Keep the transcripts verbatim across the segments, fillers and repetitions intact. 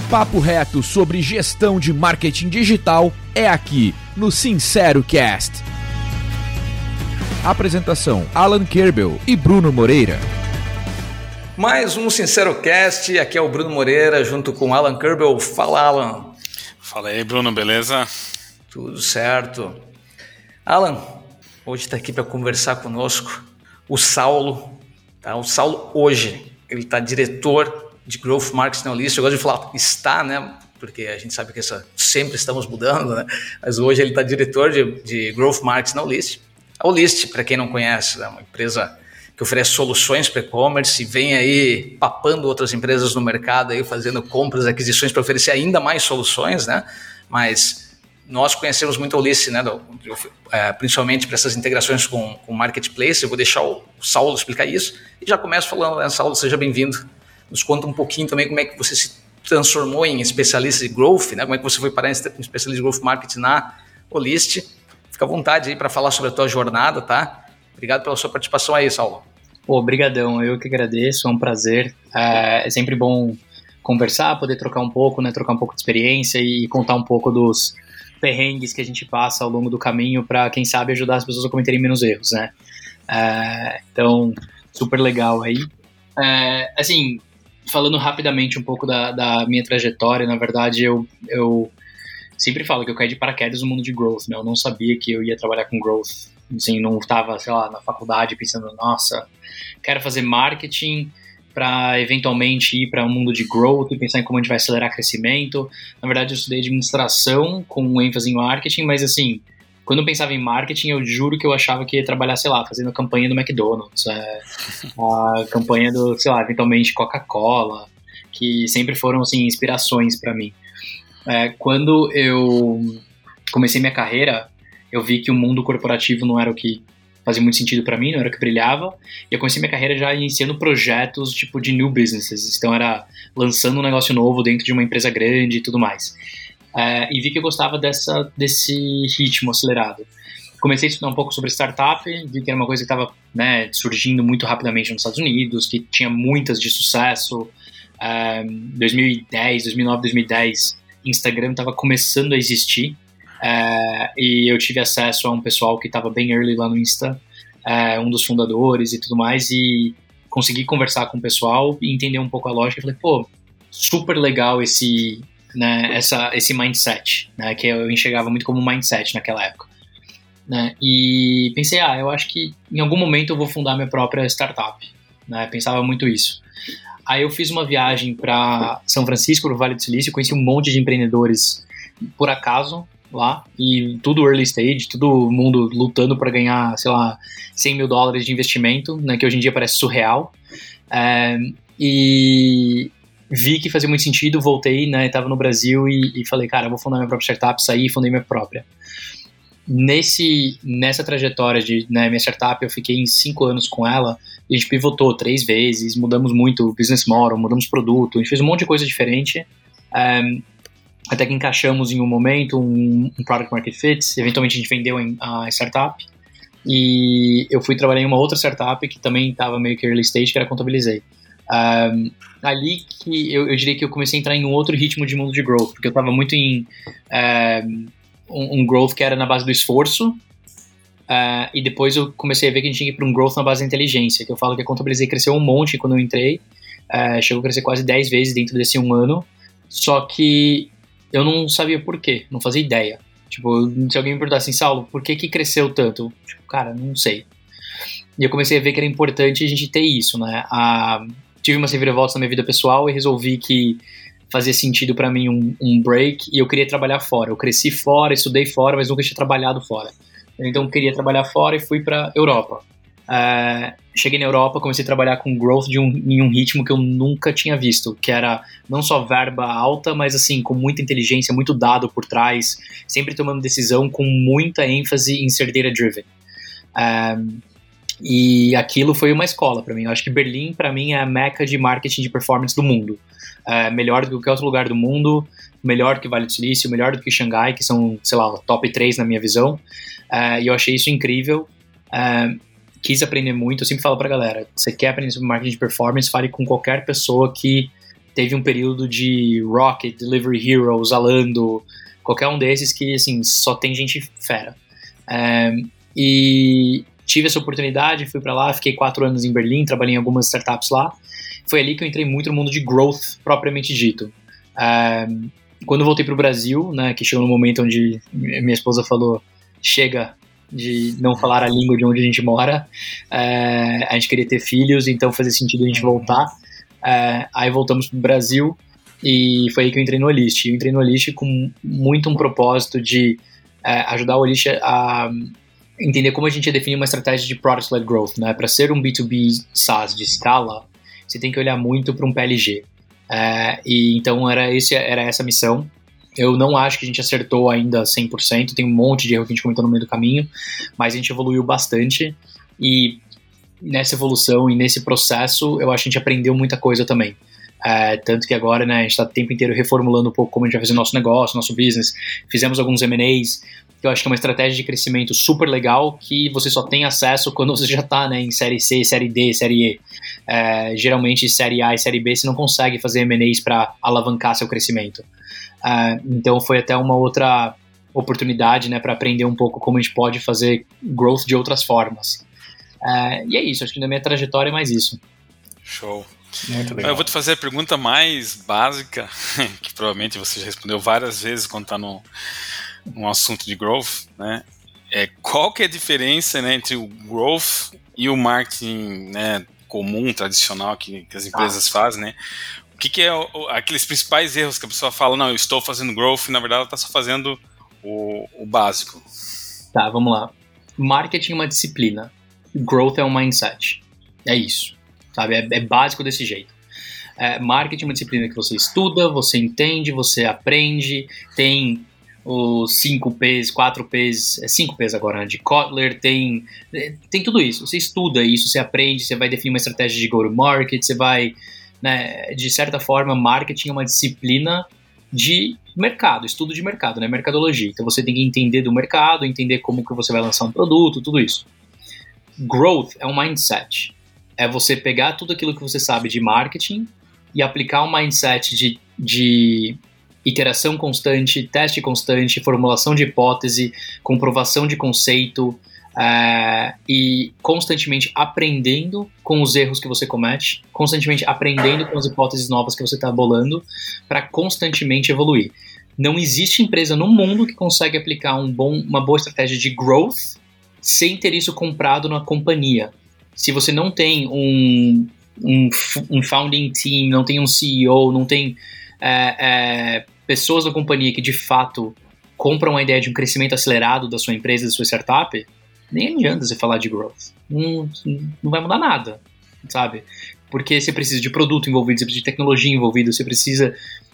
papo reto sobre gestão de marketing digital é aqui no Sincero Cast. Apresentação: Alan Kerbel e Bruno Moreira. Mais um Sincero Cast, aqui é o Bruno Moreira junto com Alan Kerbel. Fala, Alan. Fala aí, Bruno, beleza? Tudo certo. Alan, hoje está aqui para conversar conosco o Saulo. Tá? O Saulo hoje, ele está diretor de Growth Marketing na Olist. Eu gosto de falar está, né? Porque a gente sabe que essa, sempre estamos mudando, né? Mas hoje ele está diretor de, de Growth Marketing na Olist. A Olist, para quem não conhece, é uma empresa que oferece soluções para e-commerce e vem aí papando outras empresas no mercado, aí fazendo compras, aquisições para oferecer ainda mais soluções, né? Mas nós conhecemos muito a Olist, né? Do, é, principalmente para essas integrações com o Marketplace. Eu vou deixar o Saulo explicar isso e já começo falando, né? Saulo, seja bem-vindo. Nos conta um pouquinho também como é que você se transformou em especialista de growth, né? Como é que você foi parar em especialista de growth marketing na Olist. Fica à vontade aí para falar sobre a tua jornada, tá? Obrigado pela sua participação aí, Saulo. Pô, brigadão, eu que agradeço, é um prazer. É, é sempre bom conversar, poder trocar um pouco, né? Trocar um pouco de experiência e contar um pouco dos perrengues que a gente passa ao longo do caminho para, quem sabe, ajudar as pessoas a cometerem menos erros, né? É, então, super legal aí. É, assim... Falando rapidamente um pouco da, da minha trajetória, na verdade, eu, eu sempre falo que eu caí de paraquedas no mundo de growth, né? Eu não sabia que eu ia trabalhar com growth. Assim, não estava, sei lá, na faculdade pensando, nossa, quero fazer marketing para eventualmente ir para um mundo de growth e pensar em como a gente vai acelerar crescimento. Na verdade, eu estudei administração com ênfase em marketing, mas assim... Quando eu pensava em marketing, eu juro que eu achava que ia trabalhar, sei lá, fazendo a campanha do McDonald's, é, a campanha do, sei lá, eventualmente Coca-Cola, que sempre foram, assim, inspirações para mim. É, quando eu comecei minha carreira, eu vi que o mundo corporativo não era o que fazia muito sentido para mim, não era o que brilhava, e eu comecei minha carreira já iniciando projetos, tipo, de new businesses, então era lançando um negócio novo dentro de uma empresa grande e tudo mais. Uh, e vi que eu gostava dessa, desse ritmo acelerado. Comecei a estudar um pouco sobre startup, vi que era uma coisa que estava, né, surgindo muito rapidamente nos Estados Unidos, que tinha muitas de sucesso. Um, dois mil e dez, dois mil e nove, dois mil e dez, Instagram estava começando a existir, uh, e eu tive acesso a um pessoal que estava bem early lá no Insta, uh, um dos fundadores e tudo mais, e consegui conversar com o pessoal e entender um pouco a lógica. E falei, pô, super legal esse... Né, essa, esse mindset, né, que eu enxergava muito como mindset naquela época, né, e pensei, ah, eu acho que em algum momento eu vou fundar minha própria startup, né, pensava muito isso. Aí eu fiz uma viagem para São Francisco, no Vale do Silício, conheci um monte de empreendedores por acaso lá, e tudo early stage, todo mundo lutando para ganhar, sei lá, cem mil dólares de investimento, né, que hoje em dia parece surreal, é, e... vi que fazia muito sentido, voltei, né, estava no Brasil e, e falei, cara, eu vou fundar minha própria startup, saí e fundei minha própria. Nesse, nessa trajetória de, né, minha startup, eu fiquei em cinco anos com ela, e a gente pivotou três vezes, mudamos muito o business model, mudamos produto, a gente fez um monte de coisa diferente, um, até que encaixamos em um momento um, um product market fit, eventualmente a gente vendeu a startup, e eu fui trabalhar em uma outra startup que também estava meio que early stage, que era a Contabilizei. Um, ali que eu, eu diria que eu comecei a entrar em um outro ritmo de mundo de growth, porque eu estava muito em um, um growth que era na base do esforço, uh, e depois eu comecei a ver que a gente tinha que ir para um growth na base da inteligência, que eu falo que a Contabilizei cresceu um monte quando eu entrei, uh, chegou a crescer quase dez vezes dentro desse um ano, só que eu não sabia por quê, não fazia ideia. Tipo, se alguém me perguntasse assim, Saulo, por que que cresceu tanto? Tipo, cara, não sei. E eu comecei a ver que era importante a gente ter isso, né? A Tive umas reviravoltas na minha vida pessoal e resolvi que fazia sentido para mim um, um break e eu queria trabalhar fora. Eu cresci fora, estudei fora, mas nunca tinha trabalhado fora. Então eu queria trabalhar fora e fui para Europa. Uh, cheguei na Europa, comecei a trabalhar com growth de um, em um ritmo que eu nunca tinha visto, que era não só verba alta, mas assim, com muita inteligência, muito dado por trás, sempre tomando decisão com muita ênfase em ser data-driven. Um, E aquilo foi uma escola para mim. Eu acho que Berlim, para mim, é a meca de marketing de performance do mundo. É melhor do que qualquer outro lugar do mundo, melhor do que Vale do Silício, melhor do que Xangai, que são, sei lá, top três na minha visão. É, e eu achei isso incrível. É, quis aprender muito. Eu sempre falo pra galera, você quer aprender sobre marketing de performance, fale com qualquer pessoa que teve um período de Rocket, Delivery Hero, Zalando, qualquer um desses que, assim, só tem gente fera. É, e tive essa oportunidade, fui para lá, fiquei quatro anos em Berlim, trabalhei em algumas startups lá. Foi ali que eu entrei muito no mundo de growth, propriamente dito. É, quando eu voltei para o Brasil, né, que chegou no momento onde minha esposa falou, chega de não falar a língua de onde a gente mora, é, a gente queria ter filhos, então fazia sentido a gente voltar. É, aí voltamos para o Brasil e foi aí que eu entrei no Olist. Eu entrei no Olist com muito um propósito de é, ajudar o Olist a entender como a gente ia definir uma estratégia de Product-Led Growth, né? Para ser um B dois B SaaS de escala, você tem que olhar muito para um P L G. É, e então era, esse, era essa a missão. Eu não acho que a gente acertou ainda cem por cento, tem um monte de erro que a gente comentou no meio do caminho, mas a gente evoluiu bastante e nessa evolução e nesse processo eu acho que a gente aprendeu muita coisa também. É, tanto que agora, né, a gente está o tempo inteiro reformulando um pouco como a gente vai fazer nosso negócio, nosso business. Fizemos alguns M and As, que eu acho que é uma estratégia de crescimento super legal, que você só tem acesso quando você já está, né, em série C, série D, série E. É, geralmente série A e série B você não consegue fazer M and As para alavancar seu crescimento. É, então foi até uma outra oportunidade, né, para aprender um pouco como a gente pode fazer growth de outras formas. É, e é isso, acho que na minha trajetória é mais isso. Show. Muito legal. Eu vou te fazer a pergunta mais básica, que provavelmente você já respondeu várias vezes quando está no, no assunto de growth, né? É, qual que é a diferença, né, entre o growth e o marketing, né, comum, tradicional que, que as empresas ah. fazem, né? O que, que é o, aqueles principais erros que a pessoa fala, não, eu estou fazendo growth e na verdade ela está só fazendo o, o básico? Tá, vamos lá. Marketing é uma disciplina, growth é um mindset. É isso. Sabe? É, é básico desse jeito. É, marketing é uma disciplina que você estuda, você entende, você aprende, tem os cinco P's, quatro P's, é cinco P's agora, né, de Kotler, tem, tem tudo isso. Você estuda isso, você aprende, você vai definir uma estratégia de go-to-market, você vai, né, de certa forma, marketing é uma disciplina de mercado, estudo de mercado, né, mercadologia. Então você tem que entender do mercado, entender como que você vai lançar um produto, tudo isso. Growth é um mindset. É você pegar tudo aquilo que você sabe de marketing e aplicar um mindset de, de iteração constante, teste constante, formulação de hipótese, comprovação de conceito é, e constantemente aprendendo com os erros que você comete, constantemente aprendendo com as hipóteses novas que você está bolando para constantemente evoluir. Não existe empresa no mundo que consegue aplicar um bom, uma boa estratégia de growth sem ter isso comprado na companhia. Se você não tem um, um, um founding team, não tem um C E O, não tem é, é, pessoas na companhia que de fato compram a ideia de um crescimento acelerado da sua empresa, da sua startup, nem adianta você falar de growth. Não, não vai mudar nada, sabe? Porque você precisa de produto envolvido, você precisa de tecnologia envolvida, você precisa,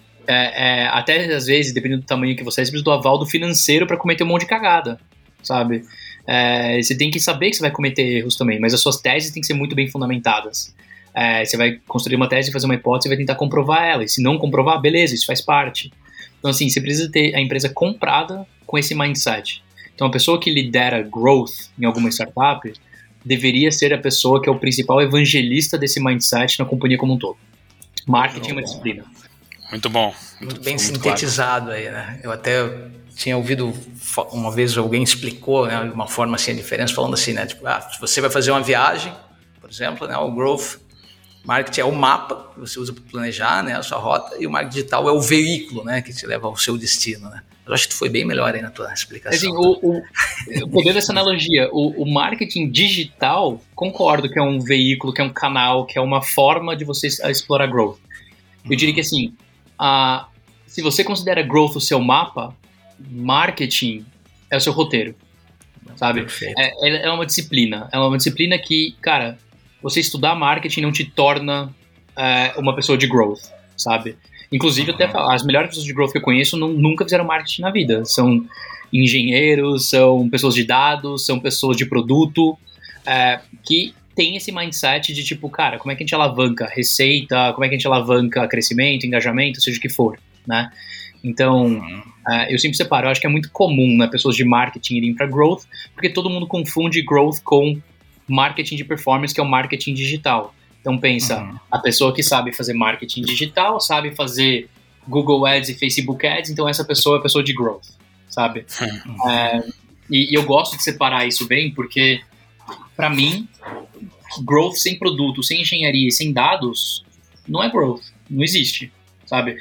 é, é, até às vezes, dependendo do tamanho que você é, você precisa do aval do financeiro para cometer um monte de cagada, sabe? É, você tem que saber que você vai cometer erros também, mas as suas teses têm que ser muito bem fundamentadas. É, você vai construir uma tese, fazer uma hipótese e vai tentar comprovar ela, e se não comprovar, beleza, isso faz parte. Então assim, você precisa ter a empresa comprada com esse mindset. Então a pessoa que lidera growth em alguma startup deveria ser a pessoa que é o principal evangelista desse mindset na companhia como um todo. Marketing é uma disciplina. Muito bom. Muito, muito bem muito sintetizado claro. Aí, né? Eu até tinha ouvido uma vez alguém explicou, né, de uma forma assim a diferença, falando assim, né, tipo, ah, se você vai fazer uma viagem, por exemplo, né, o growth marketing é o mapa que você usa para planejar, né, a sua rota, e o marketing digital é o veículo, né, que te leva ao seu destino, né. Eu acho que tu foi bem melhor aí na tua explicação. Assim, o, o, pegando essa analogia, o, o marketing digital, concordo que é um veículo, que é um canal, que é uma forma de você explorar growth. Eu diria que assim, a, se você considera growth o seu mapa, marketing é o seu roteiro, sabe? É, é uma disciplina, é uma disciplina que, cara, você estudar marketing não te torna é, uma pessoa de growth, sabe? Inclusive, uhum. até as melhores pessoas de growth que eu conheço não, nunca fizeram marketing na vida. São engenheiros, são pessoas de dados, são pessoas de produto, é, que tem esse mindset de tipo, cara, como é que a gente alavanca receita, como é que a gente alavanca crescimento, engajamento, seja o que for, né? Então, uhum. uh, eu sempre separo. Eu acho que é muito comum, né, pessoas de marketing irem para growth, porque todo mundo confunde growth com marketing de performance, que é o marketing digital. Então pensa, uhum. a pessoa que sabe fazer marketing digital, sabe fazer Google Ads e Facebook Ads, então essa pessoa é a pessoa de growth, sabe? Uhum. É, e, e eu gosto de separar isso bem, porque para mim, growth sem produto, sem engenharia e sem dados, não é growth, não existe, sabe?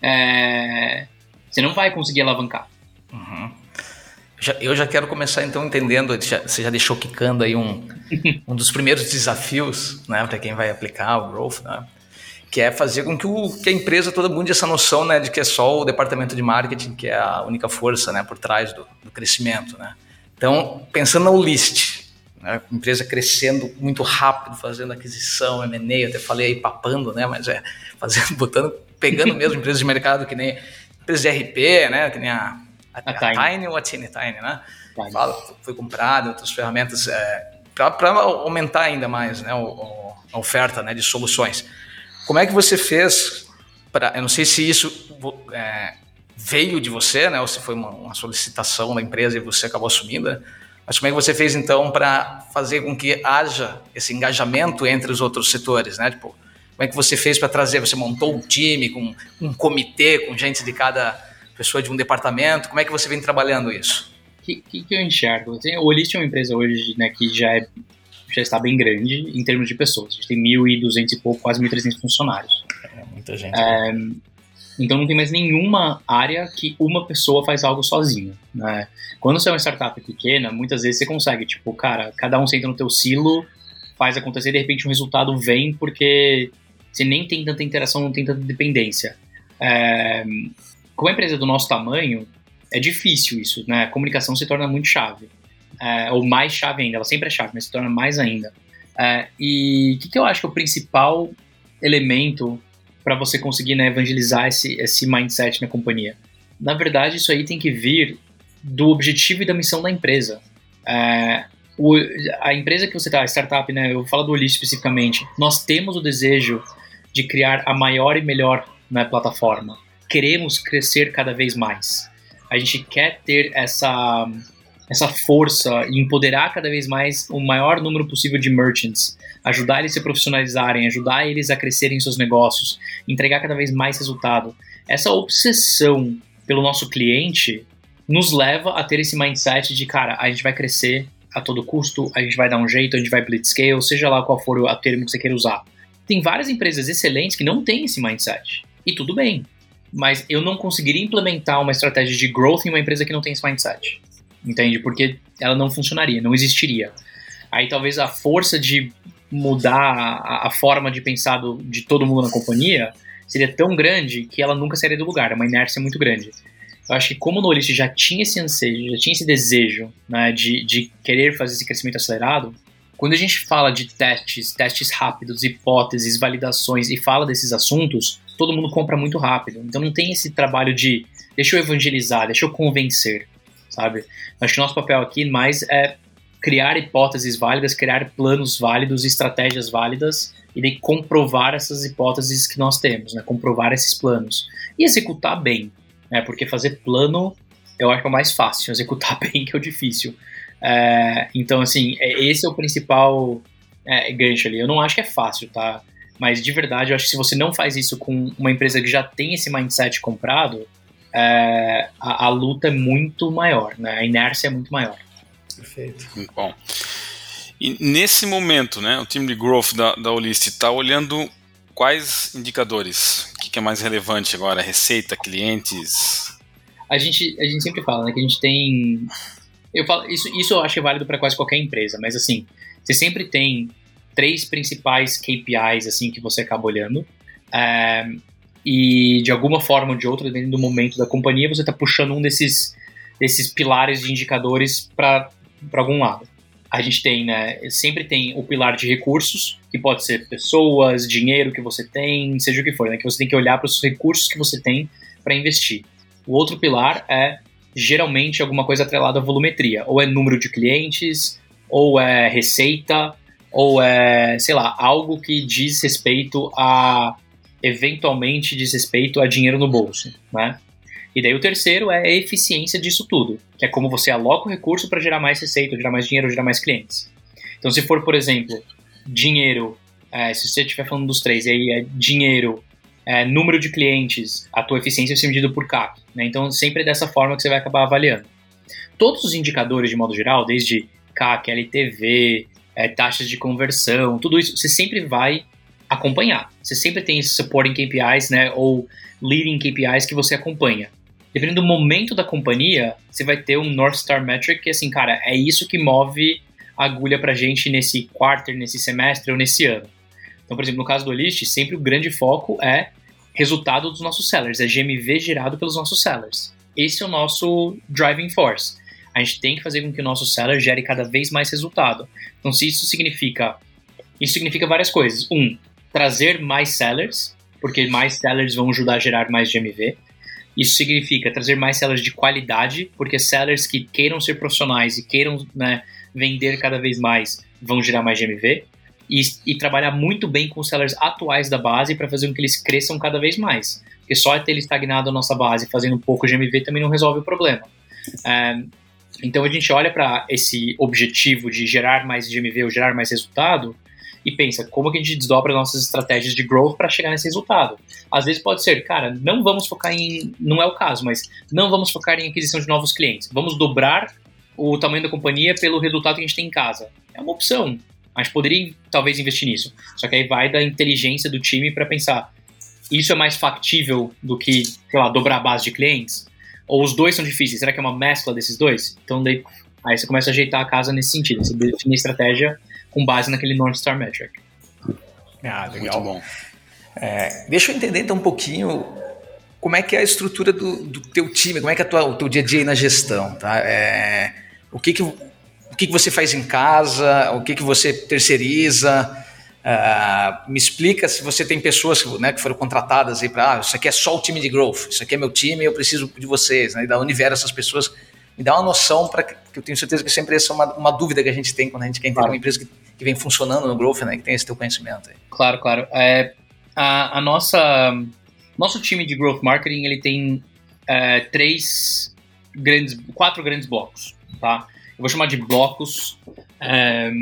É, você não vai conseguir alavancar. Uhum. Já, eu já quero começar então entendendo, já, você já deixou quicando aí um, um dos primeiros desafios, né, para quem vai aplicar o growth, né, que é fazer com que, o, que a empresa toda mude essa noção, né, de que é só o departamento de marketing que é a única força, né, por trás do, do crescimento, né. Então, pensando na Olist, né, empresa crescendo muito rápido, fazendo aquisição, M and A, eu até falei aí papando, né, mas é fazendo, botando, pegando mesmo empresas de mercado que nem empresas de R P, né, que nem a A, a, a Tiny ou a Tiny Tiny, né? Fala, foi comprada, outras ferramentas é, para aumentar ainda mais, né, o, o, a oferta, né, de soluções. Como é que você fez para, eu não sei se isso é, veio de você, né, ou se foi uma, uma solicitação da empresa e você acabou assumindo, né? Mas como é que você fez então para fazer com que haja esse engajamento entre os outros setores, né? Tipo, como é que você fez para trazer? Você montou um time com um comitê com gente de cada pessoa de um departamento, como é que você vem trabalhando isso? O que, que, que eu enxergo? O Olist é uma empresa hoje, né, que já, é, já está bem grande em termos de pessoas. A gente tem mil e duzentos e pouco, quase mil e trezentos funcionários. É muita gente. É, então não tem mais nenhuma área que uma pessoa faz algo sozinha, né? Quando você é uma startup pequena, muitas vezes você consegue, tipo, cara, cada um senta no teu silo, faz acontecer e de repente um resultado vem porque você nem tem tanta interação, não tem tanta dependência. É... Como a empresa é do nosso tamanho, é difícil isso, né? A comunicação se torna muito chave. É, ou mais chave ainda, ela sempre é chave, mas se torna mais ainda. É, e o que, que eu acho que é o principal elemento para você conseguir, né, evangelizar esse, esse mindset na companhia? Na verdade, isso aí tem que vir do objetivo e da missão da empresa. É, o, a empresa que você está, a startup, né, eu falo do Olist especificamente, nós temos o desejo de criar a maior e melhor, né, plataforma. Queremos crescer cada vez mais. A gente quer ter essa, essa força e empoderar cada vez mais o maior número possível de merchants, ajudar eles a se profissionalizarem, ajudar eles a crescerem em seus negócios, entregar cada vez mais resultado. Essa obsessão pelo nosso cliente nos leva a ter esse mindset de, cara, a gente vai crescer a todo custo, a gente vai dar um jeito, a gente vai blitzscale, seja lá qual for o termo que você queira usar. Tem várias empresas excelentes que não têm esse mindset. E tudo bem. Mas eu não conseguiria implementar uma estratégia de growth em uma empresa que não tem esse mindset, entende? Porque ela não funcionaria, não existiria. Aí talvez a força de mudar a, a forma de pensar do, de todo mundo na companhia seria tão grande que ela nunca sairia do lugar, é uma inércia muito grande. Eu acho que como o Olist já tinha esse anseio, já tinha esse desejo, né, de, de querer fazer esse crescimento acelerado, quando a gente fala de testes, testes rápidos, hipóteses, validações e fala desses assuntos, todo mundo compra muito rápido. Então não tem esse trabalho de deixa eu evangelizar, deixa eu convencer, sabe? Acho que o nosso papel aqui mais é criar hipóteses válidas, criar planos válidos, estratégias válidas e daí comprovar essas hipóteses que nós temos, né? Comprovar esses planos e executar bem, né? Porque fazer plano eu acho que é o mais fácil, executar bem que é o difícil. É, então, assim, esse é o principal é, gancho ali. Eu não acho que é fácil, tá? Mas, de verdade, eu acho que se você não faz isso com uma empresa que já tem esse mindset comprado, é, a, a luta é muito maior, né? A inércia é muito maior. Perfeito. Bom, e nesse momento, né, o time de growth da, da Olist está olhando quais indicadores? O que, que é mais relevante agora? Receita, clientes? A gente, a gente sempre fala, né, que a gente tem... Eu falo, isso, isso eu acho que é válido para quase qualquer empresa, mas assim, você sempre tem três principais K P Is assim, que você acaba olhando, é, e de alguma forma ou de outra, dependendo do momento da companhia, você está puxando um desses, desses pilares de indicadores para algum lado. A gente tem, né, sempre tem o pilar de recursos, que pode ser pessoas, dinheiro que você tem, seja o que for, né, que você tem que olhar para os recursos que você tem para investir. O outro pilar é geralmente alguma coisa atrelada à volumetria, ou é número de clientes, ou é receita, ou é, sei lá, algo que diz respeito a, eventualmente diz respeito a dinheiro no bolso, né? E daí o terceiro é a eficiência disso tudo, que é como você aloca o recurso para gerar mais receita, gerar mais dinheiro, gerar mais clientes. Então se for, por exemplo, dinheiro é, se você estiver falando dos três, aí é dinheiro, é, número de clientes, a tua eficiência vai ser medida por C A C, né? Então sempre é dessa forma que você vai acabar avaliando. Todos os indicadores de modo geral, desde C A C, L T V, é, taxas de conversão, tudo isso, você sempre vai acompanhar. Você sempre tem esses supporting K P Is, né, ou leading K P Is que você acompanha. Dependendo do momento da companhia, você vai ter um North Star Metric que, assim, cara, é isso que move a agulha pra gente nesse quarter, nesse semestre ou nesse ano. Então, por exemplo, no caso do Olist, sempre o grande foco é resultado dos nossos sellers, é G M V gerado pelos nossos sellers. Esse é o nosso driving force. A gente tem que fazer com que o nosso seller gere cada vez mais resultado. Então, se isso significa... Isso significa várias coisas. Um, trazer mais sellers, porque mais sellers vão ajudar a gerar mais G M V. Isso significa trazer mais sellers de qualidade, porque sellers que queiram ser profissionais e queiram, né, vender cada vez mais vão gerar mais G M V. E, e trabalhar muito bem com os sellers atuais da base para fazer com que eles cresçam cada vez mais. Porque só ter ele estagnado a nossa base fazendo pouco G M V também não resolve o problema. É, então a gente olha para esse objetivo de gerar mais G M V ou gerar mais resultado e pensa, como que a gente desdobra nossas estratégias de growth para chegar nesse resultado? Às vezes pode ser, cara, não vamos focar em... Não é o caso, mas não vamos focar em aquisição de novos clientes. Vamos dobrar o tamanho da companhia pelo resultado que a gente tem em casa. É uma opção. A gente poderia, talvez, investir nisso. Só que aí vai da inteligência do time para pensar, isso é mais factível do que, sei lá, dobrar a base de clientes? Ou os dois são difíceis? Será que é uma mescla desses dois? Então, daí, aí você começa a ajeitar a casa nesse sentido. Você define a estratégia com base naquele North Star Metric. Ah, legal. Muito bom. É, deixa eu entender então um pouquinho como é que é a estrutura do, do teu time, como é que é a tua, o teu dia a dia aí na gestão, tá? É, o que que, o que que você faz em casa, o que que você terceiriza, uh, me explica se você tem pessoas, né, que foram contratadas aí para, ah, isso aqui é só o time de growth, isso aqui é meu time, eu preciso de vocês, né, e da onde vieram essas pessoas. Me dá uma noção, para que eu tenho certeza que sempre essa é uma, uma dúvida que a gente tem quando a gente quer entender claro. Uma empresa que, que vem funcionando no growth, né, que tem esse teu conhecimento aí. Claro, claro. É, a, a nossa, nosso time de growth marketing, ele tem é, três grandes, quatro grandes blocos, tá? Eu vou chamar de blocos, é,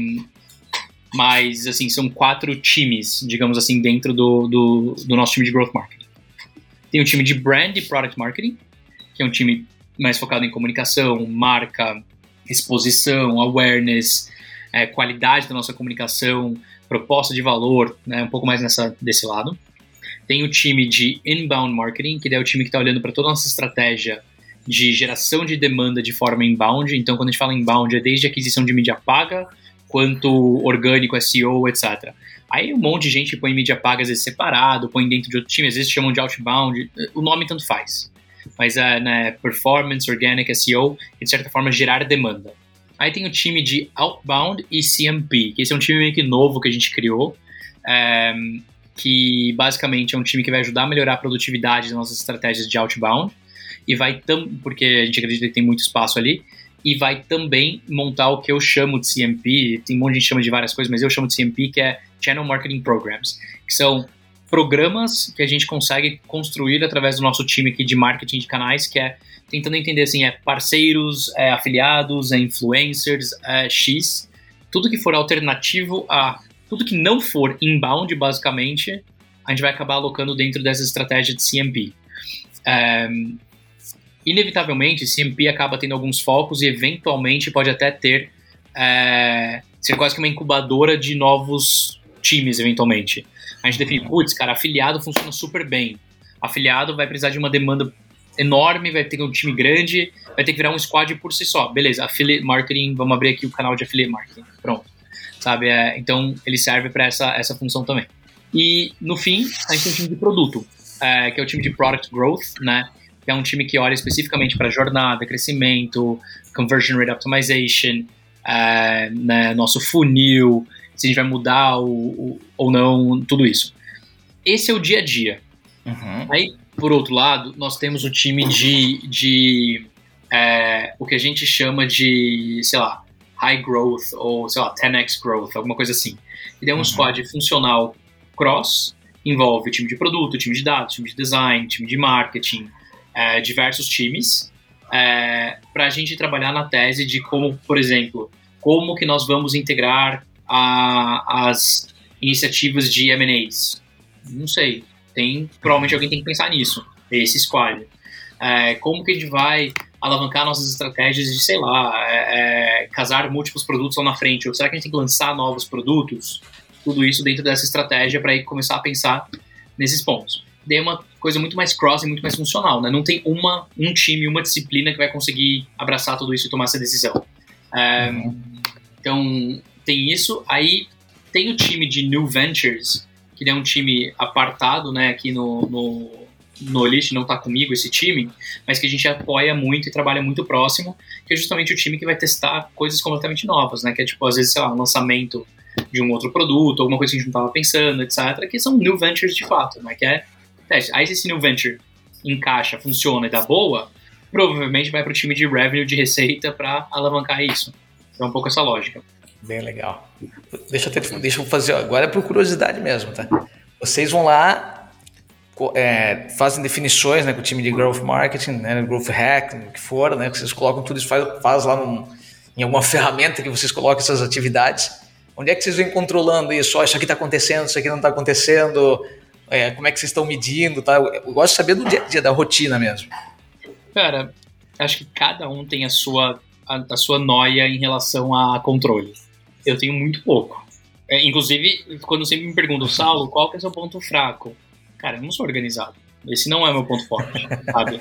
mas assim, são quatro times, digamos assim, dentro do, do, do nosso time de growth marketing. Tem o time de brand e product marketing, que é um time mais focado em comunicação, marca, exposição, awareness, é, qualidade da nossa comunicação, proposta de valor, né, um pouco mais nessa, desse lado. Tem o time de inbound marketing, que é o time que está olhando para toda a nossa estratégia de geração de demanda de forma inbound. Então, quando a gente fala inbound, é desde aquisição de mídia paga, quanto orgânico, S E O, etcétera. Aí um monte de gente põe mídia paga, às vezes separado, põe dentro de outro time, às vezes chamam de outbound, o nome tanto faz. Mas é, né, performance, organic, S E O, e de certa forma gerar demanda. Aí tem o time de outbound e C M P, que esse é um time meio que novo que a gente criou, é, que basicamente é um time que vai ajudar a melhorar a produtividade das nossas estratégias de outbound, e vai tam, porque a gente acredita que tem muito espaço ali, e vai também montar o que eu chamo de C M P, tem um monte de gente chama de várias coisas, mas eu chamo de C M P, que é Channel Marketing Programs, que são programas que a gente consegue construir através do nosso time aqui de marketing de canais, que é tentando entender assim, é parceiros, é afiliados, é influencers, é X, tudo que for alternativo a tudo que não for inbound, basicamente, a gente vai acabar alocando dentro dessa estratégia de C M P. É, inevitavelmente, C M P acaba tendo alguns focos e eventualmente pode até ter é, ser quase que uma incubadora de novos times, eventualmente. A gente define, putz, cara, afiliado funciona super bem. Afiliado vai precisar de uma demanda enorme, vai ter um time grande, vai ter que virar um squad por si só. Beleza, affiliate marketing, vamos abrir aqui o canal de affiliate marketing. Pronto. Sabe? É, então, ele serve para essa, essa função também. E, no fim, a gente tem um time de produto, é, que é o time de product growth, né? Que é um time que olha especificamente para jornada, crescimento, conversion rate optimization, é, né, nosso funil, se a gente vai mudar o, o, ou não, tudo isso. Esse é o dia a dia. Uhum. Aí, por outro lado, nós temos o time de, de é, o que a gente chama de, sei lá, high growth ou, sei lá, ten x growth, alguma coisa assim. Ele é um uhum. squad funcional cross, envolve time de produto, time de dados, time de design, time de marketing, é, diversos times, é, para a gente trabalhar na tese de como, por exemplo, como que nós vamos integrar a, as iniciativas de M and As? Não sei. Tem, provavelmente alguém tem que pensar nisso. Esse squad. É, como que a gente vai alavancar nossas estratégias de, sei lá, é, é, casar múltiplos produtos lá na frente? Ou será que a gente tem que lançar novos produtos? Tudo isso dentro dessa estratégia para começar a pensar nesses pontos. Daí é uma coisa muito mais cross e muito mais funcional, né? Não tem uma, um time, uma disciplina que vai conseguir abraçar tudo isso e tomar essa decisão. É, uhum. Então, tem isso. Aí tem o time de New Ventures, que é um time apartado, né, aqui no, no, no Olist, não está comigo esse time, mas que a gente apoia muito e trabalha muito próximo, que é justamente o time que vai testar coisas completamente novas, né, que é tipo, às vezes, sei lá, um lançamento de um outro produto, alguma coisa que a gente não estava pensando, etcétera, que são New Ventures de fato, né, que é teste. Aí se esse New Venture encaixa, funciona e dá boa, provavelmente vai para o time de revenue, de receita, para alavancar isso. Então é um pouco essa lógica. Bem legal. Deixa eu, ter, deixa eu fazer, agora é por curiosidade mesmo, tá? Vocês vão lá, é, fazem definições, né, com o time de Growth Marketing, né, Growth Hack, o que for, né, que vocês colocam tudo isso, faz, faz lá num, em alguma ferramenta que vocês colocam essas atividades. Onde é que vocês vêm controlando isso? Ó, isso aqui está acontecendo, isso aqui não está acontecendo, é, como é que vocês estão medindo, tá? Eu gosto de saber do dia a dia, da rotina mesmo. Cara, acho que cada um tem a sua, a, a sua noia em relação a controle. Eu tenho muito pouco. É, inclusive, quando sempre me perguntam, Saulo, qual que é o seu ponto fraco? Cara, eu não sou organizado. Esse não é meu ponto forte, sabe?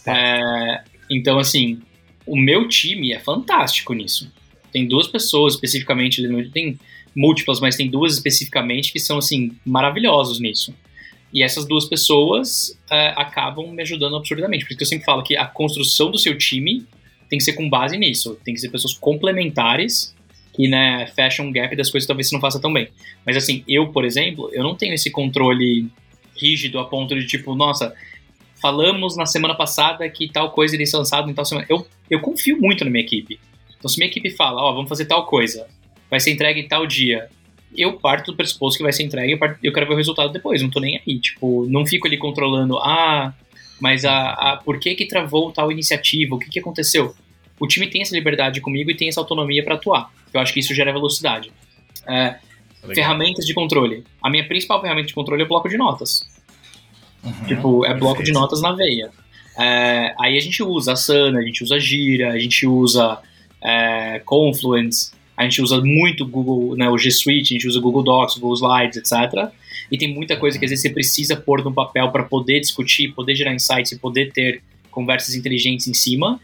É, então, assim, o meu time é fantástico nisso. Tem duas pessoas especificamente, tem múltiplas, mas tem duas especificamente que são, assim, maravilhosos nisso. E essas duas pessoas é, acabam me ajudando absurdamente. Por isso que eu sempre falo que a construção do seu time tem que ser com base nisso. Tem que ser pessoas complementares que, né, fecham um gap das coisas que talvez você não faça tão bem. Mas assim, eu, por exemplo, eu não tenho esse controle rígido a ponto de tipo, nossa, falamos na semana passada que tal coisa iria ser lançada em tal semana. Eu, eu confio muito na minha equipe. Então se minha equipe fala, ó, oh, vamos fazer tal coisa, vai ser entregue em tal dia, eu parto do pressuposto que vai ser entregue, eu, parto, eu quero ver o resultado depois, não tô nem aí. Tipo, não fico ali controlando, ah, mas a, a, por que que travou tal iniciativa, o que que aconteceu? O time tem essa liberdade comigo e tem essa autonomia para atuar. Eu acho que isso gera velocidade. É, ferramentas de controle. A minha principal ferramenta de controle é o bloco de notas. Uhum, tipo, é bloco perfeito. De notas na veia. É, aí a gente usa Asana, a gente usa Gira, a gente usa é, Confluence, a gente usa muito Google, né, o G Suite, a gente usa Google Docs, Google Slides, etcétera. E tem muita coisa que às vezes você precisa pôr no papel para poder discutir, poder gerar insights e poder ter conversas inteligentes em cima.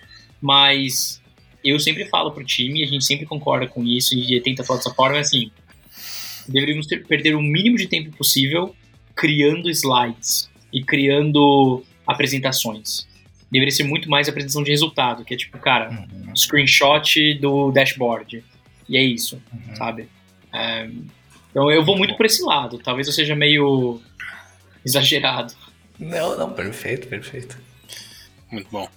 Mas eu sempre falo pro time, a gente sempre concorda com isso e tenta falar dessa forma, assim, deveríamos ter, perder o mínimo de tempo possível criando slides e criando apresentações. Deveria ser muito mais apresentação de resultado, que é tipo, cara, uhum. screenshot do dashboard. E é isso, uhum. sabe? É, então eu vou muito por esse lado. Talvez eu seja meio exagerado. Não, não, perfeito, perfeito. Muito bom.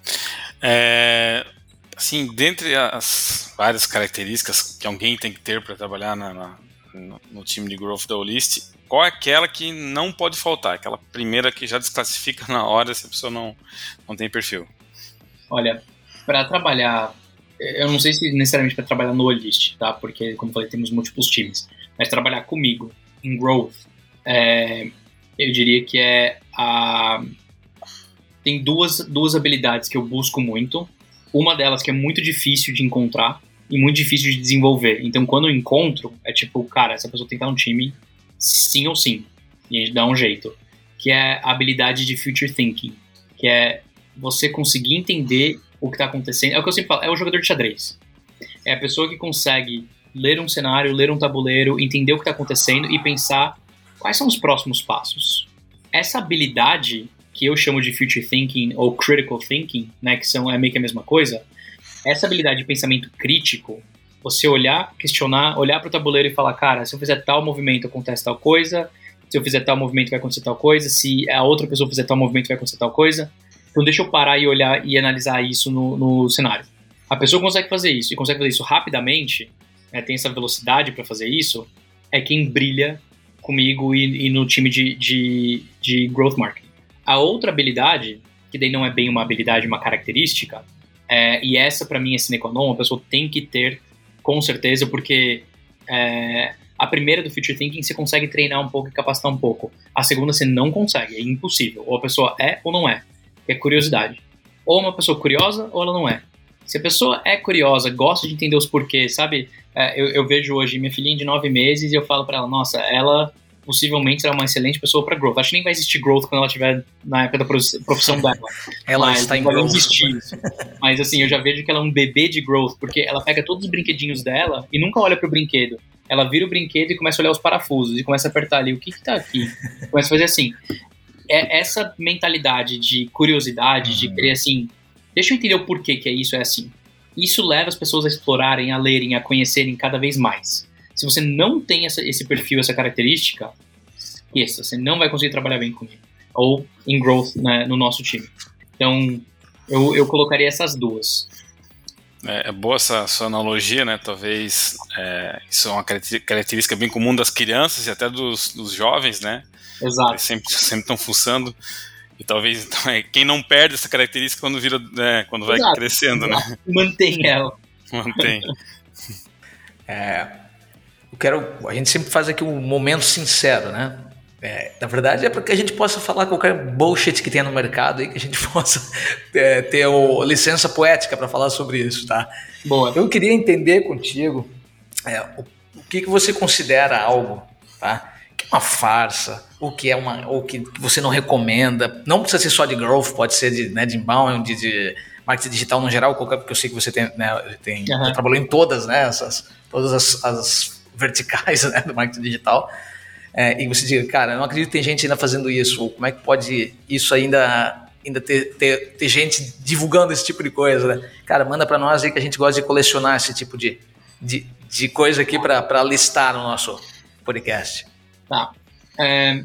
É, assim, dentre as várias características que alguém tem que ter para trabalhar na, na, no, no time de growth da Olist, qual é aquela que não pode faltar? Aquela primeira que já desclassifica na hora se a pessoa não, não tem perfil? Olha, para trabalhar, eu não sei se necessariamente para trabalhar no Olist, tá? Porque, como eu falei, temos múltiplos times, mas trabalhar comigo em growth, é, eu diria que é a... Tem duas, duas habilidades que eu busco muito. Uma delas que é muito difícil de encontrar e muito difícil de desenvolver. Então, quando eu encontro, é tipo, cara, essa pessoa tem que estar no time sim ou sim. E a gente dá um jeito. Que é a habilidade de future thinking. Que é você conseguir entender o que está acontecendo. É o que eu sempre falo, é o jogador de xadrez. É a pessoa que consegue ler um cenário, ler um tabuleiro, entender o que está acontecendo e pensar quais são os próximos passos. Essa habilidade... que eu chamo de future thinking ou critical thinking, né, que são, é meio que a mesma coisa, essa habilidade de pensamento crítico, você olhar, questionar, olhar para o tabuleiro e falar, cara, se eu fizer tal movimento acontece tal coisa, se eu fizer tal movimento vai acontecer tal coisa, se a outra pessoa fizer tal movimento vai acontecer tal coisa, então deixa eu parar e olhar e analisar isso no, no cenário. A pessoa consegue fazer isso, e consegue fazer isso rapidamente, né, tem essa velocidade para fazer isso, é quem brilha comigo e, e no time de, de, de growth marketing. A outra habilidade, que daí não é bem uma habilidade, uma característica, é, e essa para mim é sine qua non, a pessoa tem que ter, com certeza, porque é, A primeira do Future Thinking você consegue treinar um pouco e capacitar um pouco. A segunda você não consegue, é impossível. Ou a pessoa é ou não é, que é curiosidade. Ou uma pessoa curiosa ou ela não é. Se a pessoa é curiosa, gosta de entender os porquês, sabe? É, eu, eu vejo hoje minha filhinha de nove meses e eu falo pra ela, nossa, ela possivelmente será uma excelente pessoa pra growth. Acho que nem vai existir growth quando ela estiver na época da profissão dela. Ela mas está em vai growth. existir isso. Mas assim, eu já vejo que ela é um bebê de growth, porque ela pega todos os brinquedinhos dela e nunca olha pro brinquedo. Ela vira o brinquedo e começa a olhar os parafusos e começa a apertar ali, o que que tá aqui? Começa a fazer assim. É essa mentalidade de curiosidade, de querer assim, deixa eu entender o porquê que é isso, é assim. Isso leva as pessoas a explorarem, a lerem, a conhecerem cada vez mais. Se você não tem essa, esse perfil, essa característica, esqueça, você não vai conseguir trabalhar bem comigo. Ou em growth, né, no nosso time. Então, eu, eu colocaria essas duas. É, é boa essa sua analogia, né? Talvez é, isso é uma característica bem comum das crianças e até dos, dos jovens, né? Exato. Eles sempre sempre estão fuçando. E talvez então, é, quem não perde essa característica quando vira, né, quando vai Exato. crescendo, Exato. né? Mantém ela. Mantém. É, eu quero, a gente sempre faz aqui um momento sincero, né? É, na verdade é para que a gente possa falar qualquer bullshit que tenha no mercado e que a gente possa é, ter o, licença poética para falar sobre isso, tá? Boa. Eu queria entender contigo é, o, o que, que você considera algo, tá? Que é uma farsa, ou que é uma, ou que, que você não recomenda. Não precisa ser só de growth, pode ser de, né, de inbound, de, de marketing digital no geral, qualquer, porque eu sei que você tem, né, tem Uhum. já trabalhou em todas, né, essas, todas as, as verticais, né, do marketing digital. É, e você diga, cara, eu não acredito que tem gente ainda fazendo isso, ou como é que pode isso ainda, ainda ter, ter, ter gente divulgando esse tipo de coisa, né? Cara, manda para nós aí que a gente gosta de colecionar esse tipo de, de, de coisa aqui para listar no nosso podcast. Tá. É,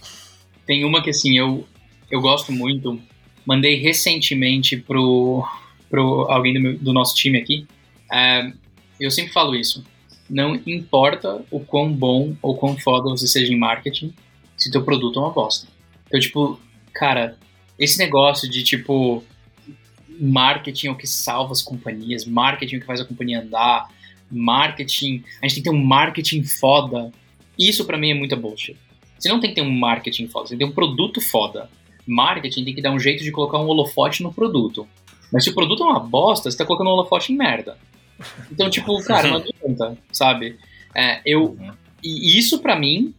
tem uma que assim, eu, eu gosto muito, mandei recentemente pro, pro alguém do, meu, do nosso time aqui, é, eu sempre falo isso. Não importa o quão bom ou quão foda você seja em marketing, se teu produto é uma bosta. Então, tipo, cara, esse negócio de, tipo, marketing é o que salva as companhias, marketing é o que faz a companhia andar, marketing, a gente tem que ter um marketing foda. Isso pra mim é muita bullshit. Você não tem que ter um marketing foda, você tem que ter um produto foda. Marketing tem que dar um jeito de colocar um holofote no produto. Mas se o produto é uma bosta, você tá colocando um holofote em merda. Então, tipo, cara, não adianta, sabe? É, eu, e isso, pra mim,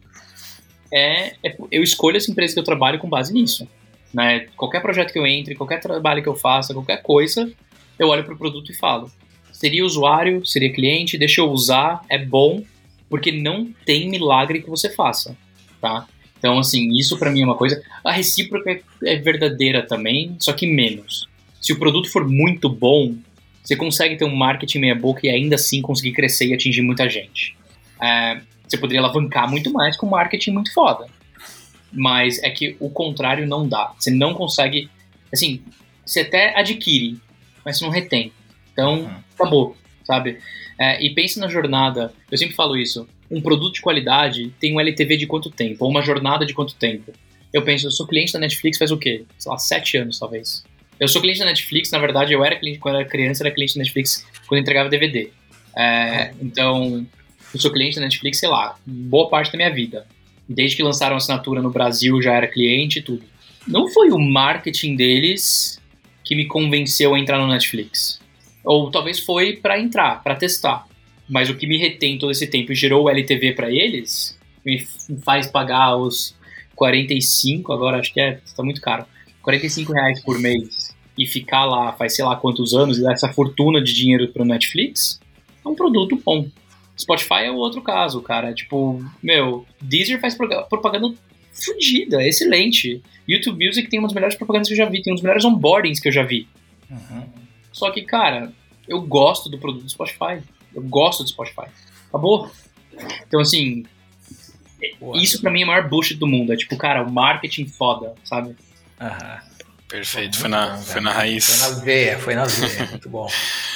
é, é... Eu escolho as empresas que eu trabalho com base nisso. Né? Qualquer projeto que eu entre, qualquer trabalho que eu faça, qualquer coisa, eu olho pro produto e falo. Seria usuário, seria cliente, deixa eu usar, é bom, porque não tem milagre que você faça, tá? Então, assim, isso pra mim é uma coisa... A recíproca é, é verdadeira também, só que menos. Se o produto for muito bom... Você consegue ter um marketing meia boca e ainda assim conseguir crescer e atingir muita gente. É, você poderia alavancar muito mais com marketing muito foda. Mas é que o contrário não dá. Você não consegue... Assim, você até adquire, mas você não retém. Então, acabou, sabe? É, e pense na jornada. Eu sempre falo isso. Um produto de qualidade tem um L T V de quanto tempo? Ou uma jornada de quanto tempo? Eu penso, eu sou cliente da Netflix faz o quê? Sei lá, sete anos, talvez. Eu sou cliente da Netflix, na verdade, eu era cliente, quando eu era criança, eu era cliente da Netflix quando eu entregava D V D. É, então, eu sou cliente da Netflix, sei lá, boa parte da minha vida. Desde que lançaram a assinatura no Brasil, já era cliente e tudo. Não foi o marketing deles que me convenceu a entrar no Netflix. Ou talvez foi pra entrar, pra testar. Mas o que me retém todo esse tempo e gerou o L T V pra eles, me faz pagar os quarenta e cinco, agora acho que é, tá muito caro, quarenta e cinco reais por mês e ficar lá faz sei lá quantos anos e dar essa fortuna de dinheiro pro Netflix, é um produto bom. Spotify é o outro caso, cara. Tipo, meu, Deezer faz propaganda fodida, excelente. YouTube Music tem uma das melhores propagandas que eu já vi, tem um dos melhores onboardings que eu já vi. Uhum. Só que, cara, eu gosto do produto do Spotify. Eu gosto do Spotify. Acabou. Então, assim, Boa. Isso pra mim é o maior bullshit do mundo. É tipo, cara, o marketing foda, sabe? Aham. Perfeito, foi na, bom, foi na raiz. Foi na veia, foi na veia, muito bom.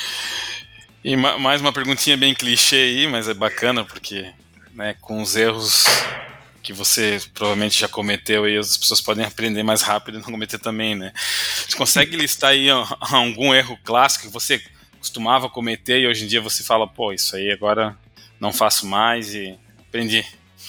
E ma- mais uma perguntinha bem clichê aí, mas é bacana porque, né, com os erros que você provavelmente já cometeu aí, as pessoas podem aprender mais rápido e não cometer também, né? Você consegue listar aí algum erro clássico que você costumava cometer e hoje em dia você fala, pô, isso aí agora não faço mais e Aprendi.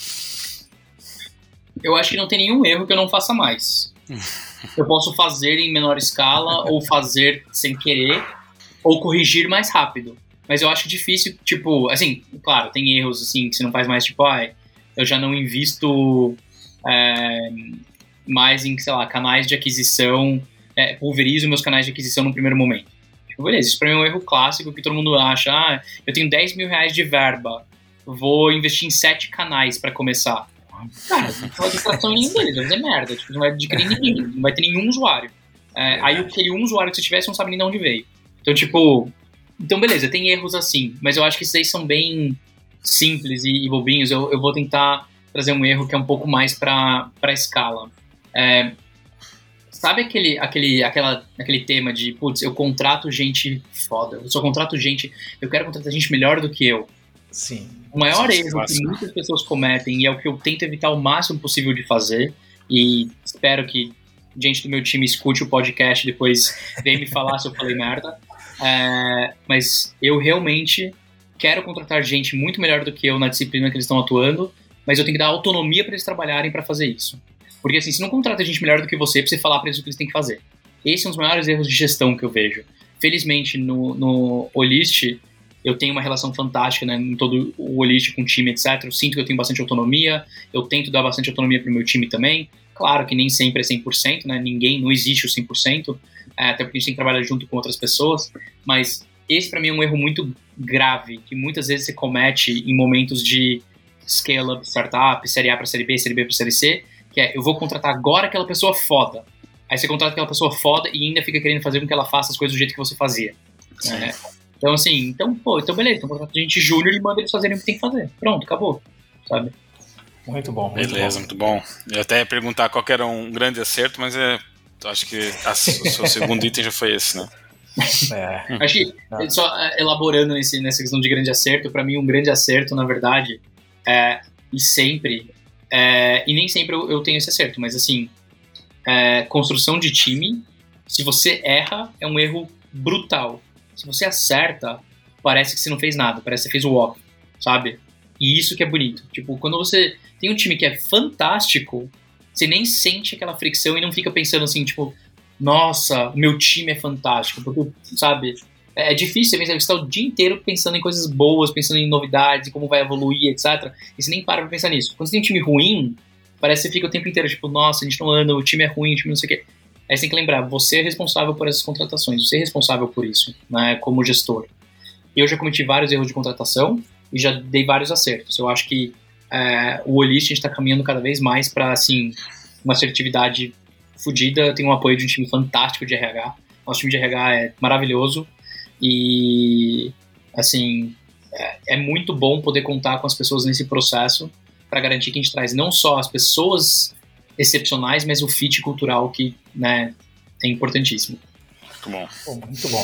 Eu acho que não tem nenhum erro que eu não faça mais. Eu posso fazer em menor escala, ou fazer sem querer, ou corrigir mais rápido. Mas eu acho difícil, tipo, assim, claro, tem erros assim que você não faz mais, tipo, ah, eu já não invisto é, mais em, sei lá, canais de aquisição, é, pulverizo meus canais de aquisição no primeiro momento. Tipo, beleza, isso pra mim é um erro clássico que todo mundo acha, ah, eu tenho dez mil reais de verba, vou investir em sete canais pra começar. Cara, não vai ter distração em nenhum deles, vai fazer merda, tipo, não vai adquirir ninguém, não vai ter nenhum usuário. É, aí aquele um usuário que você tivesse não sabe nem de onde veio. Então, tipo, então beleza, tem erros assim, mas eu acho que esses aí são bem simples e, e bobinhos. Eu, eu vou tentar trazer um erro que é um pouco mais pra, pra escala. É, sabe aquele, aquele, aquela, aquele tema de, putz, eu contrato gente foda, eu só contrato gente, eu quero contratar gente melhor do que eu. Sim. O maior Sim, erro que sim. muitas pessoas cometem, e é o que eu tento evitar o máximo possível de fazer, e espero que gente do meu time escute o podcast e depois venha me falar se eu falei merda, é, mas eu realmente quero contratar gente muito melhor do que eu na disciplina que eles estão atuando, mas eu tenho que dar autonomia para eles trabalharem para fazer isso. Porque assim, se não contrata gente melhor do que você, pra você falar para eles o que eles têm que fazer. Esse é um dos maiores erros de gestão que eu vejo. Felizmente, no, no Olist, eu tenho uma relação fantástica, né, em todo o Olist com o time, etcétera. Eu sinto que eu tenho bastante autonomia, eu tento dar bastante autonomia pro meu time também. Claro que nem sempre é cem por cento, né, ninguém, não existe o cem por cento, é, até porque a gente tem que trabalhar junto com outras pessoas, mas esse pra mim é um erro muito grave, que muitas vezes se comete em momentos de scale-up, startup, série A pra série B, série B pra série C, que é, eu vou contratar agora aquela pessoa foda. Aí você contrata aquela pessoa foda e ainda fica querendo fazer com que ela faça as coisas do jeito que você fazia. É, então, assim, então, pô, então beleza, então contrata gente júnior e manda eles fazerem o que tem que fazer. Pronto, acabou, sabe? Muito bom. Muito Beleza, bom. muito bom. Eu até ia perguntar qual que era um grande acerto, mas é, acho que a, o seu segundo item já foi esse, né? É. Acho que, Não. só é, elaborando nesse, nessa questão de grande acerto, pra mim um grande acerto, na verdade, é, e sempre, é, e nem sempre eu, eu tenho esse acerto, mas assim, é, construção de time, se você erra, é um erro brutal. Se você acerta, parece que você não fez nada, parece que você fez o óbvio, sabe? E isso que é bonito. Tipo, quando você tem um time que é fantástico, você nem sente aquela fricção e não fica pensando assim, tipo, nossa, o meu time é fantástico. Porque, sabe, é difícil, você está o dia inteiro pensando em coisas boas, pensando em novidades, em como vai evoluir, etcétera. E você nem para pra pensar nisso. Quando você tem um time ruim, parece que você fica o tempo inteiro, tipo, nossa, a gente não anda, o time é ruim, o time não sei o quê. Aí você tem que lembrar, você é responsável por essas contratações, você é responsável por isso, né, como gestor. Eu já cometi vários erros de contratação e já dei vários acertos. Eu acho que é, o Olist, a gente está caminhando cada vez mais para, assim, uma assertividade fodida. Eu tenho o apoio de um time fantástico de R H. Nosso time de R H é maravilhoso e, assim, é, é muito bom poder contar com as pessoas nesse processo para garantir que a gente traz não só as pessoas excepcionais, mas o fit cultural que, né, é importantíssimo. Muito bom. Pô, muito bom.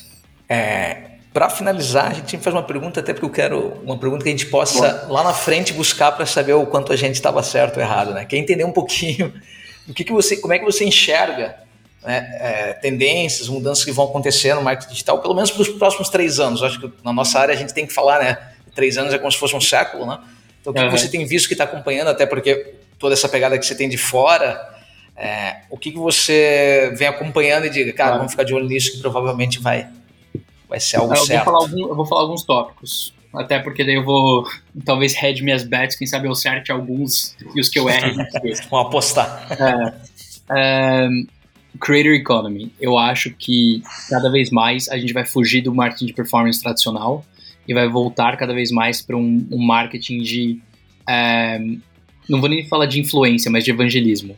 É, para finalizar, a gente faz uma pergunta, até porque eu quero uma pergunta que a gente possa bom. lá na frente buscar para saber o quanto a gente estava certo ou errado, né? Quer entender um pouquinho do que, que você, como é que você enxerga, né, é, tendências, mudanças que vão acontecer no marketing digital, pelo menos para os próximos três anos. Eu acho que na nossa área a gente tem que falar, né? Três anos é como se fosse um século, né? Então, o que, uhum. que você tem visto que está acompanhando, até porque toda essa pegada que você tem de fora, é, o que, que você vem acompanhando e diga, cara, ah. vamos ficar de olho nisso que provavelmente vai, vai ser algo eu certo. Vou falar algum, eu vou falar alguns tópicos, até porque daí eu vou talvez hedge minhas bets, quem sabe eu acerte alguns e os que eu erro. Vamos apostar. É, é, Creator Economy, eu acho que cada vez mais a gente vai fugir do marketing de performance tradicional e vai voltar cada vez mais para um, um marketing de... É, não vou nem falar de influência, mas de evangelismo.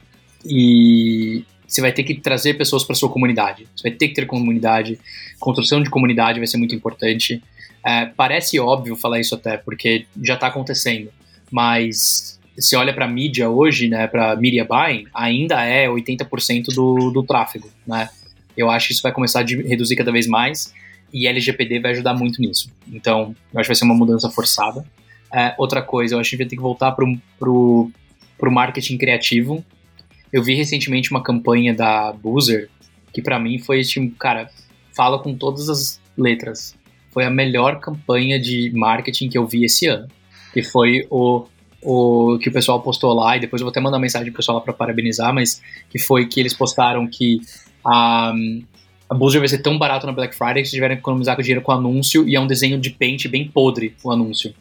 E você vai ter que trazer pessoas para sua comunidade. Você vai ter que ter comunidade. Construção de comunidade vai ser muito importante. É, parece óbvio falar isso até, porque já está acontecendo. Mas se olha para a mídia hoje, né, para media buying, ainda é oitenta por cento do, do tráfego, né? Eu acho que isso vai começar a reduzir cada vez mais e L G P D vai ajudar muito nisso. Então, eu acho que vai ser uma mudança forçada. É, outra coisa, eu acho que a gente vai ter que voltar pro, pro, pro marketing criativo. Eu vi recentemente uma campanha da Boozer, que pra mim foi, tipo, cara, fala com todas as letras. Foi a melhor campanha de marketing que eu vi esse ano. Que foi o o que o pessoal postou lá, e depois eu vou até mandar mensagem pro pessoal lá pra parabenizar, mas que foi que eles postaram que a, a Boozer vai ser tão barato na Black Friday que vocês tiveram que economizar com dinheiro com o anúncio, e é um desenho de paint bem podre, o anúncio.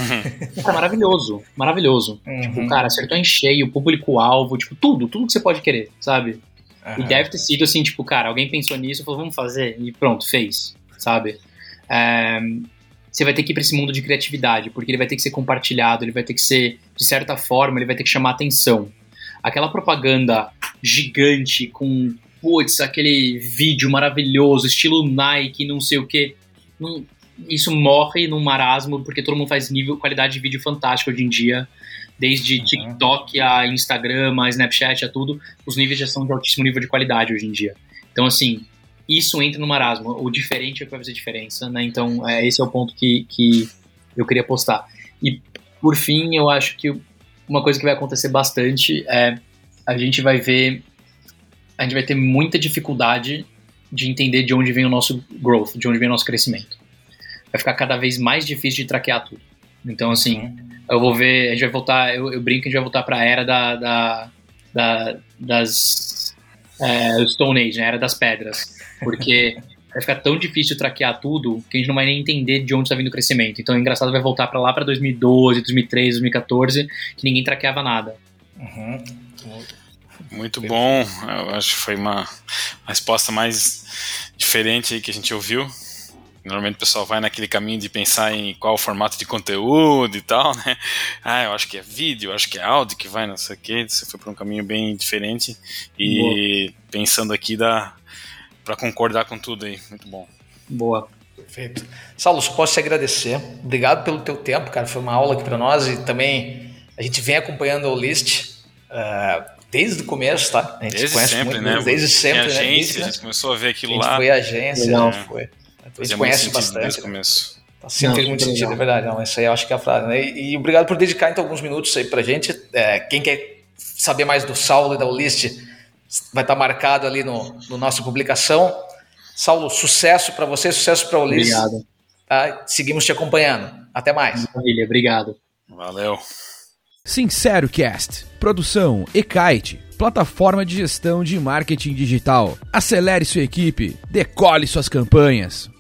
É maravilhoso, maravilhoso. Uhum. Tipo, cara, acertou em cheio, público-alvo, tipo, tudo, tudo que você pode querer, sabe? Uhum. E deve ter sido assim, tipo, cara, alguém pensou nisso e falou, vamos fazer, e pronto, fez, sabe? É, você vai ter que ir pra esse mundo de criatividade, porque ele vai ter que ser compartilhado, ele vai ter que ser, de certa forma, ele vai ter que chamar atenção. Aquela propaganda gigante com, putz, aquele vídeo maravilhoso, estilo Nike, não sei o quê, não, isso morre num marasmo, porque todo mundo faz nível, qualidade de vídeo fantástica hoje em dia, desde uhum. TikTok a Instagram, a Snapchat, a tudo, os níveis já são de altíssimo nível de qualidade hoje em dia. Então, assim, isso entra no marasmo. O diferente é o que vai fazer diferença, né? Então, é, esse é o ponto que, que eu queria postar. E, por fim, eu acho que uma coisa que vai acontecer bastante é a gente vai ver, a gente vai ter muita dificuldade de entender de onde vem o nosso growth, de onde vem o nosso crescimento. Vai ficar cada vez mais difícil de traquear tudo. Então, assim, eu vou ver, a gente vai voltar, eu, eu brinco que a gente vai voltar para a era da, da, da, das é, Stone Age, né? Era das pedras. Porque vai ficar tão difícil traquear tudo que a gente não vai nem entender de onde está vindo o crescimento. Então, é engraçado, vai voltar para lá para dois mil e doze, dois mil e treze, dois mil e quatorze, que ninguém traqueava nada. Uhum. Muito bom. Eu acho que foi uma resposta mais diferente aí que a gente ouviu. Normalmente o pessoal vai naquele caminho de pensar em qual o formato de conteúdo e tal, né? Ah, eu acho que é vídeo, eu acho que é áudio que vai, não sei o quê. Você foi para um caminho bem diferente. E boa. Pensando aqui, dá para concordar com tudo aí. Muito bom. Boa. Perfeito. Saulo, posso te agradecer. Obrigado pelo teu tempo, cara. Foi uma aula aqui para nós e também a gente vem acompanhando o List uh, desde o começo, tá? A gente desde conhece sempre, muito, né? Desde sempre, agência, né? Desde, a gente começou a ver aquilo a gente lá. Foi agência, Não. né? Foi. A gente conhece bastante. Desde o começo. Sempre não, fez muito sentido, é verdade. Não, isso aí eu acho que é a frase, né? E, e obrigado por dedicar então alguns minutos aí pra gente. É, quem quer saber mais do Saulo e da Olist vai estar marcado ali no, no nossa publicação. Saulo, sucesso para você, sucesso para a Olist. Obrigado. Tá? Seguimos te acompanhando. Até mais. Maravilha, obrigado. Valeu. Sincero Cast, produção E-Kite, plataforma de gestão de marketing digital. Acelere sua equipe, decole suas campanhas.